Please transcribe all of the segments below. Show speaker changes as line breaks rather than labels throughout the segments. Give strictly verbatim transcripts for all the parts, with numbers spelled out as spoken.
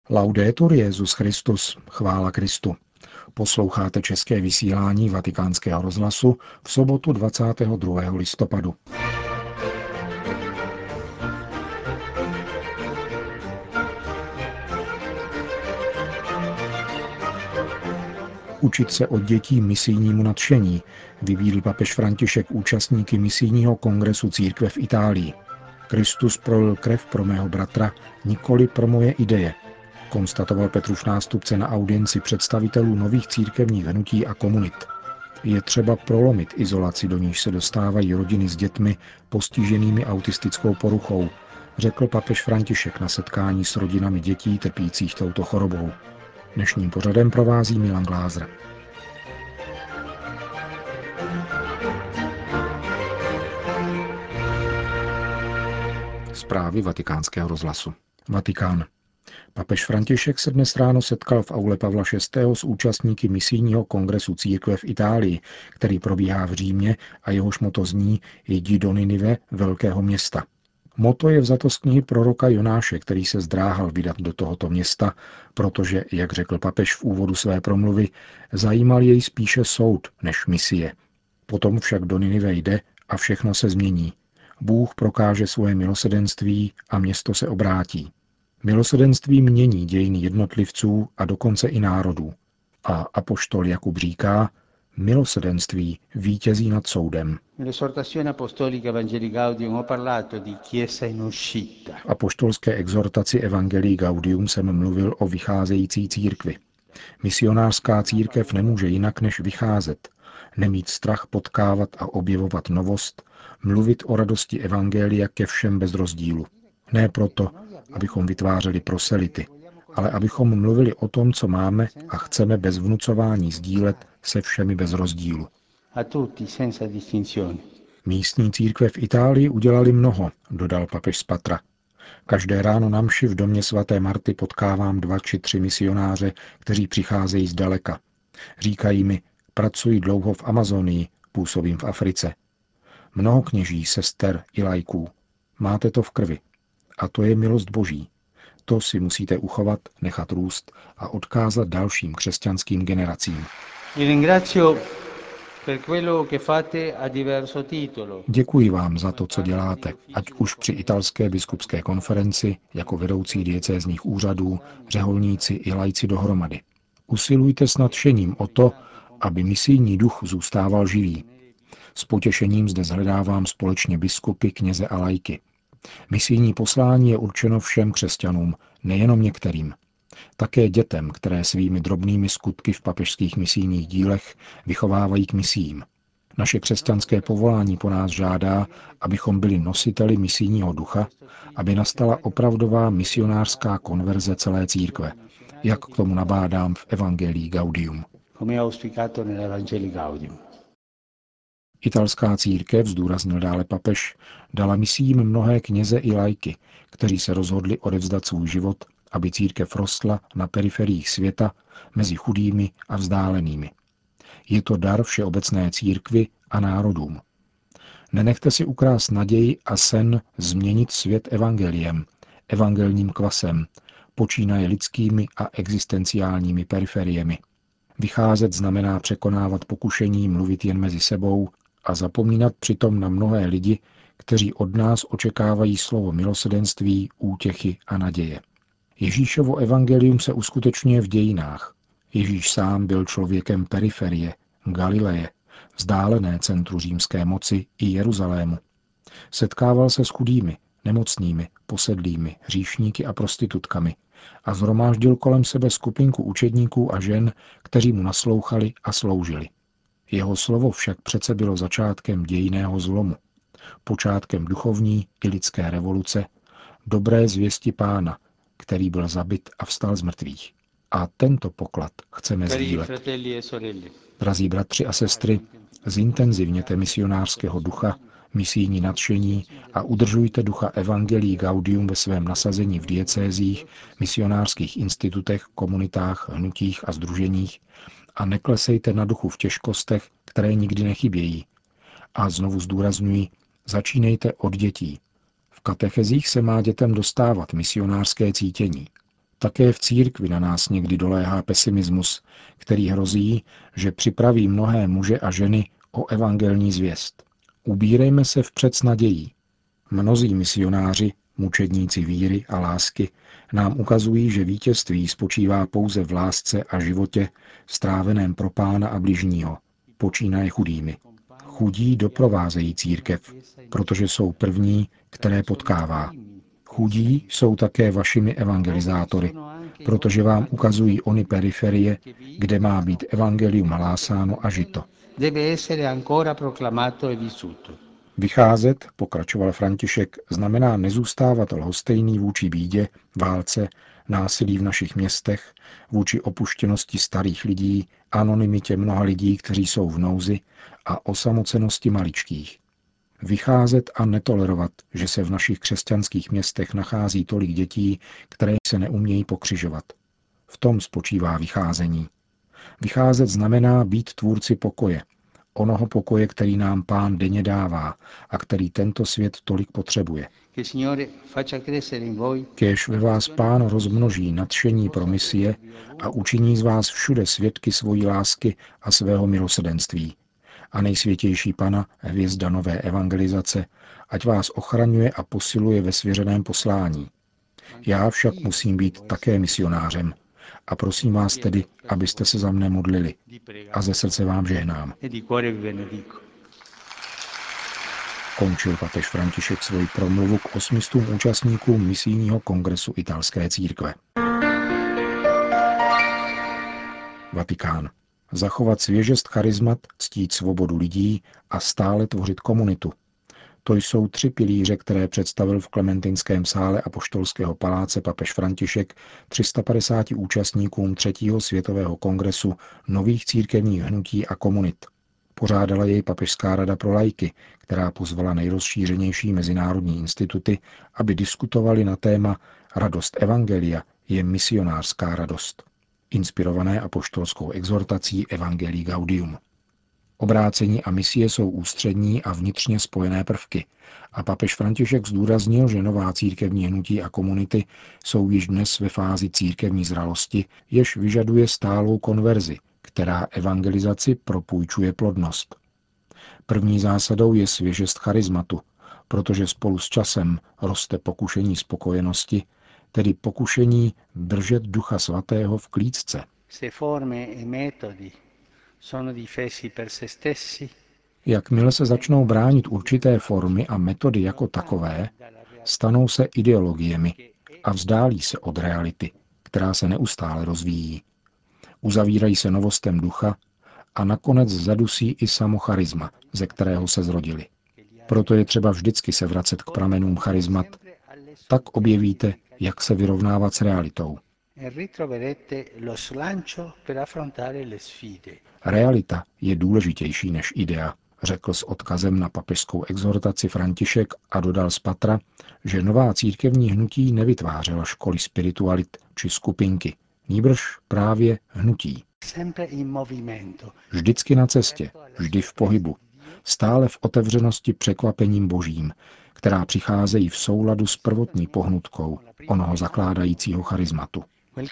Laudetur Jesus Christus, chvála Kristu. Posloucháte české vysílání Vatikánského rozhlasu v sobotu dvacátého druhého listopadu. Učit se od dětí misijnímu nadšení, vybídl papež František účastníky misijního kongresu církve v Itálii. Kristus prolil krev pro mého bratra, nikoli pro moje ideje, konstatoval Petrův nástupce na audienci představitelů nových církevních hnutí a komunit. Je třeba prolomit izolaci, do níž se dostávají rodiny s dětmi postiženými autistickou poruchou, řekl papež František na setkání s rodinami dětí trpících touto chorobou. Dnešním pořadem provází Milan Glázer. Zprávy Vatikánského rozhlasu. Vatikán. Papež František se dnes ráno setkal v aule Pavla šestého s účastníky misijního kongresu církve v Itálii, který probíhá v Římě a jehož moto zní Jdi do Ninive, velkého města. Moto je vzato z knihy proroka Jonáše, který se zdráhal vydat do tohoto města, protože, jak řekl papež v úvodu své promluvy, zajímal jej spíše soud než misie. Potom však do Ninive jde a všechno se změní. Bůh prokáže svoje milosrdenství a město se obrátí. Milosrdenství mění dějiny jednotlivců a dokonce i národů. A apoštol Jakub říká, milosrdenství vítězí nad soudem. V apoštolské exhortaci Evangelii Gaudium jsem mluvil o vycházející církvi. Misionářská církev nemůže jinak než vycházet, nemít strach potkávat a objevovat novost, mluvit o radosti evangelia ke všem bez rozdílu. Ne proto, abychom vytvářeli proselity, ale abychom mluvili o tom, co máme a chceme bez vnucování sdílet se všemi bez rozdílu. Místní církve v Itálii udělali mnoho, dodal papež z Patra. Každé ráno na mši v domě svaté Marty potkávám dva či tři misionáře, kteří přicházejí zdaleka. Říkají mi, pracuji dlouho v Amazonii, působím v Africe. Mnoho kněží, sester i laiků. Máte to v krvi. A to je milost Boží. To si musíte uchovat, nechat růst a odkázat dalším křesťanským generacím. Děkuji vám za to, co děláte, ať už při italské biskupské konferenci, jako vedoucí diecézních úřadů, řeholníci i laici dohromady. Usilujte s nadšením o to, aby misijní duch zůstával živý. S potěšením zde zhledávám společně biskupy, kněze a laiky. Misijní poslání je určeno všem křesťanům, nejenom některým. Také dětem, které svými drobnými skutky v papežských misijních dílech vychovávají k misijím. Naše křesťanské povolání po nás žádá, abychom byli nositeli misijního ducha, aby nastala opravdová misionářská konverze celé církve, jak k tomu nabádám v Evangelii Gaudium. Italská církev, zdůraznil dále papež, dala misijím mnohé kněze i laiky, kteří se rozhodli odevzdat svůj život, aby církev rostla na periferiích světa mezi chudými a vzdálenými. Je to dar všeobecné církvi a národům. Nenechte si ukrást naději a sen změnit svět evangeliem, evangelním kvasem, počínaje lidskými a existenciálními periferiemi. Vycházet znamená překonávat pokušení mluvit jen mezi sebou a zapomínat přitom na mnohé lidi, kteří od nás očekávají slovo milosrdenství, útěchy a naděje. Ježíšovo evangelium se uskutečňuje v dějinách. Ježíš sám byl člověkem periferie, Galileje, vzdálené centru římské moci i Jeruzalému. Setkával se s chudými, nemocnými, posedlými, hříšníky a prostitutkami a zhromáždil kolem sebe skupinku učedníků a žen, kteří mu naslouchali a sloužili. Jeho slovo však přece bylo začátkem dějinného zlomu, počátkem duchovní i lidské revoluce, dobré zvěsti Pána, který byl zabit a vstal z mrtvých. A tento poklad chceme sdílet. Drazí bratři a sestry, zintenzivněte misionářského ducha, misijní nadšení a udržujte ducha Evangelii Gaudium ve svém nasazení v diecézích, misionářských institutech, komunitách, hnutích a sdruženích a neklesejte na duchu v těžkostech, které nikdy nechybějí. A znovu zdůrazňuji, začínejte od dětí. V katechezích se má dětem dostávat misionářské cítění. Také v církvi na nás někdy doléhá pesimismus, který hrozí, že připraví mnohé muže a ženy o evangelní zvěst. Ubírejme se vpřed s nadějí. Mnozí misionáři, mučedníci víry a lásky nám ukazují, že vítězství spočívá pouze v lásce a životě stráveném pro Pána a bližního, počínaje chudými. Chudí doprovázejí církev, protože jsou první, které potkává. Chudí jsou také vašimi evangelizátory, protože vám ukazují ony periferie, kde má být evangelium hlásáno a žito. Vycházet, pokračoval František, znamená nezůstávat lhostejný vůči bídě, válce, násilí v našich městech, vůči opuštěnosti starých lidí, anonymitě mnoha lidí, kteří jsou v nouzi, a osamocenosti maličkých. Vycházet a netolerovat, že se v našich křesťanských městech nachází tolik dětí, které se neumějí pokřižovat. V tom spočívá vycházení. Vycházet znamená být tvůrci pokoje, onoho pokoje, který nám Pán denně dává a který tento svět tolik potřebuje. Kéž ve vás Pán rozmnoží nadšení pro misie a učiní z vás všude svědky svojí lásky a svého milosrdenství. A nejsvětější Pana, hvězda nové evangelizace, ať vás ochraňuje a posiluje ve svěřeném poslání. Já však musím být také misionářem a prosím vás tedy, abyste se za mne modlili. A ze srdce vám žehnám. Končil papež František svoji promluvu k osmistům účastníkům misijního kongresu italské církve. Vatikán. Zachovat svěžest charizmat, ctít svobodu lidí a stále tvořit komunitu. To jsou tři pilíře, které představil v Klementinském sále Apoštolského paláce papež František tři sta padesáti účastníkům třetího světového kongresu nových církevních hnutí a komunit. Pořádala jej Papežská rada pro laiky, která pozvala nejrozšířenější mezinárodní instituty, aby diskutovali na téma Radost evangelia je misionářská radost, inspirované apoštolskou exhortací Evangelii Gaudium. Obrácení a misie jsou ústřední a vnitřně spojené prvky a papež František zdůraznil, že nová církevní hnutí a komunity jsou již dnes ve fázi církevní zralosti, jež vyžaduje stálou konverzi, která evangelizaci propůjčuje plodnost. První zásadou je svěžest charizmatu, protože spolu s časem roste pokušení spokojenosti, tedy pokušení držet Ducha Svatého v klíčce. Jakmile se začnou bránit určité formy a metody jako takové, stanou se ideologiemi a vzdálí se od reality, která se neustále rozvíjí. Uzavírají se novostem ducha a nakonec zadusí i samo charisma, ze kterého se zrodili. Proto je třeba vždycky se vracet k pramenům charizmat, tak objevíte, jak se vyrovnávat s realitou. Realita je důležitější než idea, řekl s odkazem na papežskou exhortaci František a dodal z patra, že nová církevní hnutí nevytvářela školy spiritualit či skupinky, nýbrž právě hnutí. Vždycky na cestě, vždy v pohybu, stále v otevřenosti překvapením božím, která přicházejí v souladu s prvotní pohnutkou onoho zakládajícího charizmatu.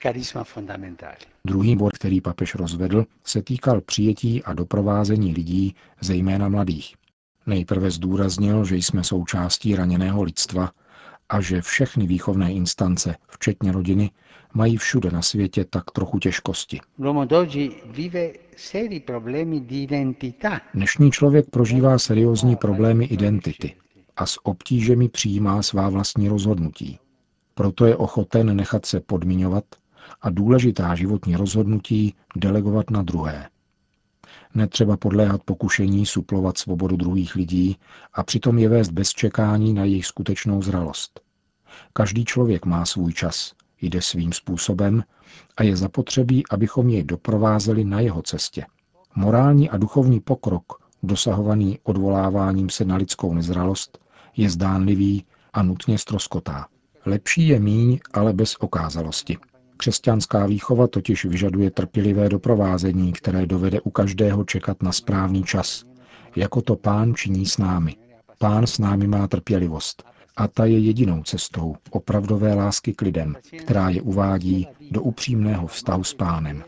Druhý bod, který papež rozvedl, se týkal přijetí a doprovázení lidí, zejména mladých. Nejprve zdůraznil, že jsme součástí raněného lidstva a že všechny výchovné instance, včetně rodiny, mají všude na světě tak trochu těžkosti. Dnešní člověk prožívá seriózní problémy identity a s obtížemi přijímá svá vlastní rozhodnutí. Proto je ochoten nechat se podmiňovat a důležitá životní rozhodnutí delegovat na druhé. Netřeba podléhat pokušení suplovat svobodu druhých lidí a přitom je vést bez čekání na jejich skutečnou zralost. Každý člověk má svůj čas, jde svým způsobem a je zapotřebí, abychom jej doprovázeli na jeho cestě. Morální a duchovní pokrok, dosahovaný odvoláváním se na lidskou nezralost, je zdánlivý a nutně ztroskotá. Lepší je míň, ale bez okázalosti. Křesťanská výchova totiž vyžaduje trpělivé doprovázení, které dovede u každého čekat na správný čas, jako to Pán činí s námi. Pán s námi má trpělivost A ta je jedinou cestou opravdové lásky k lidem, která je uvádí do upřímného vztahu s Pánem.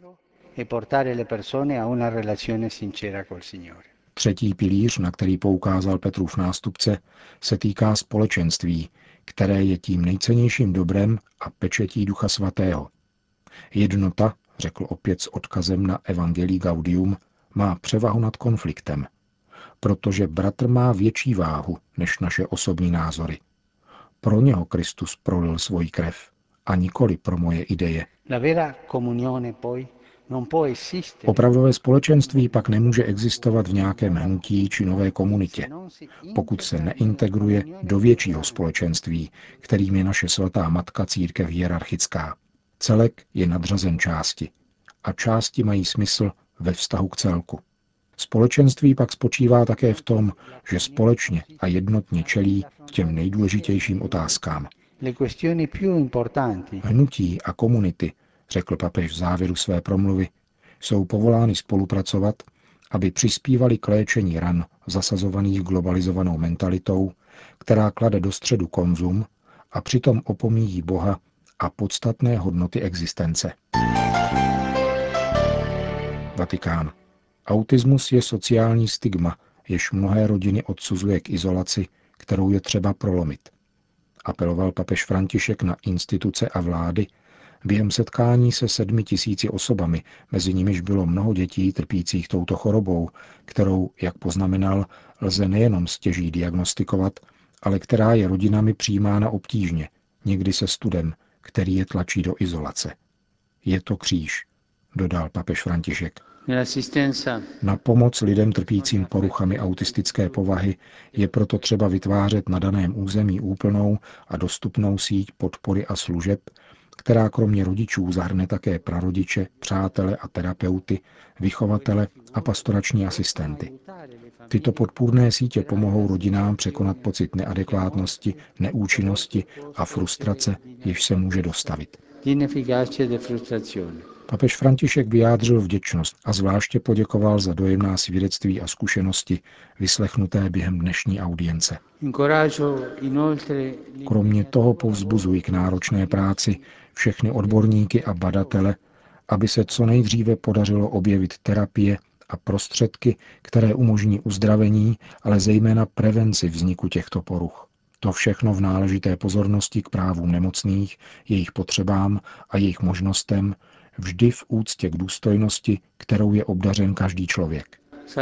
Třetí pilíř, na který poukázal Petrův nástupce, se týká společenství, které je tím nejcennějším dobrem a pečetí Ducha Svatého. Jednota, řekl opět s odkazem na Evangelii Gaudium, má převahu nad konfliktem, protože bratr má větší váhu než naše osobní názory. Pro něho Kristus prolil svoji krev a nikoli pro moje ideje. Opravdové společenství pak nemůže existovat v nějakém hnutí či nové komunitě, pokud se neintegruje do většího společenství, kterým je naše svatá matka církev hierarchická. Celek je nadřazen části a části mají smysl ve vztahu k celku. Společenství pak spočívá také v tom, že společně a jednotně čelí těm nejdůležitějším otázkám. Hnutí a komunity, řekl papež v závěru své promluvy, jsou povolány spolupracovat, aby přispívali k léčení ran zasazovaných globalizovanou mentalitou, která klade do středu konzum a přitom opomíjí Boha a podstatné hodnoty existence. Vatikán. Autismus je sociální stigma, jež mnohé rodiny odsuzuje k izolaci, kterou je třeba prolomit. Apeloval papež František na instituce a vlády během setkání se sedmi tisíci osobami, mezi nimiž bylo mnoho dětí trpících touto chorobou, kterou, jak poznamenal, lze nejenom stěží diagnostikovat, ale která je rodinami přijímána obtížně, někdy se studem, který je tlačí do izolace. Je to kříž, dodal papež František. Na pomoc lidem trpícím poruchami autistické povahy je proto třeba vytvářet na daném území úplnou a dostupnou síť podpory a služeb, která kromě rodičů zahrne také prarodiče, přátele a terapeuty, vychovatele a pastorační asistenty. Tyto podpůrné sítě pomohou rodinám překonat pocit neadekvátnosti, neúčinnosti a frustrace, jež se může dostavit. Papež František vyjádřil vděčnost a zvláště poděkoval za dojemná svědectví a zkušenosti vyslechnuté během dnešní audience. Kromě toho povzbuzuji k náročné práci všechny odborníky a badatele, aby se co nejdříve podařilo objevit terapie a prostředky, které umožní uzdravení, ale zejména prevenci vzniku těchto poruch. To všechno v náležité pozornosti k právům nemocných, jejich potřebám a jejich možnostem, vždy v úctě k důstojnosti, kterou je obdařen každý člověk.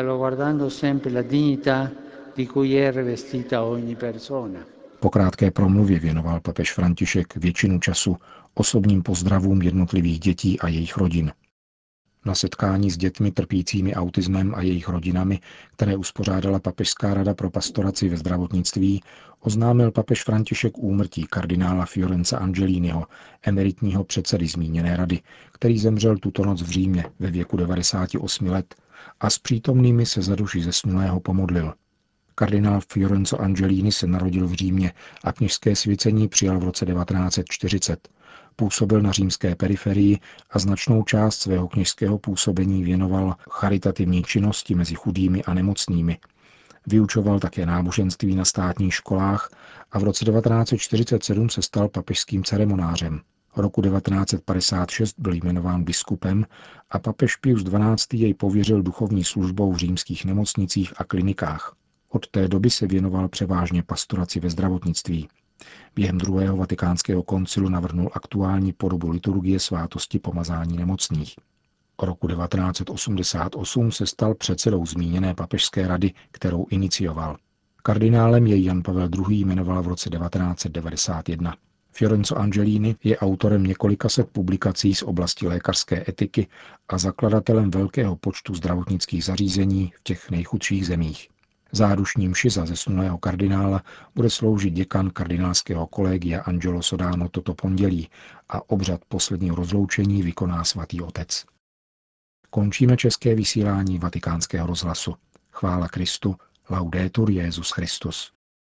Po krátké promluvě věnoval papež František většinu času osobním pozdravům jednotlivých dětí a jejich rodin. Na setkání s dětmi trpícími autismem a jejich rodinami, které uspořádala Papežská rada pro pastoraci ve zdravotnictví, oznámil papež František úmrtí kardinála Fiorence Angeliniho, emeritního předsedy zmíněné rady, který zemřel tuto noc v Římě ve věku devadesáti osmi let a s přítomnými se za duši zesnulého pomodlil. Kardinál Fiorenzo Angelini se narodil v Římě a kněžské svěcení přijal v roce devatenáct set čtyřicet. Působil na římské periferii a značnou část svého kněžského působení věnoval charitativní činnosti mezi chudými a nemocnými. Vyučoval také náboženství na státních školách a v roce devatenáct set čtyřicet sedm se stal papežským ceremonářem. Roku devatenáct set padesát šest byl jmenován biskupem a papež Pius dvanáctý jej pověřil duchovní službou v římských nemocnicích a klinikách. Od té doby se věnoval převážně pastoraci ve zdravotnictví. Během druhého vatikánského koncilu navrhnul aktuální podobu liturgie svátosti pomazání nemocných. Roku devatenáct set osmdesát osm se stal předsedou zmíněné papežské rady, kterou inicioval. Kardinálem jej Jan Pavel druhý. Jmenoval v roce devatenáct set devadesát jedna. Fiorenzo Angelini je autorem několika set publikací z oblasti lékařské etiky a zakladatelem velkého počtu zdravotnických zařízení v těch nejchudších zemích. Zádušní mši za zesnulého kardinála bude sloužit děkan kardinálského kolegia Angelo Sodano toto pondělí a obřad posledního rozloučení vykoná svatý otec. Končíme české vysílání Vatikánského rozhlasu. Chvála Kristu, laudetur Jesus Christus.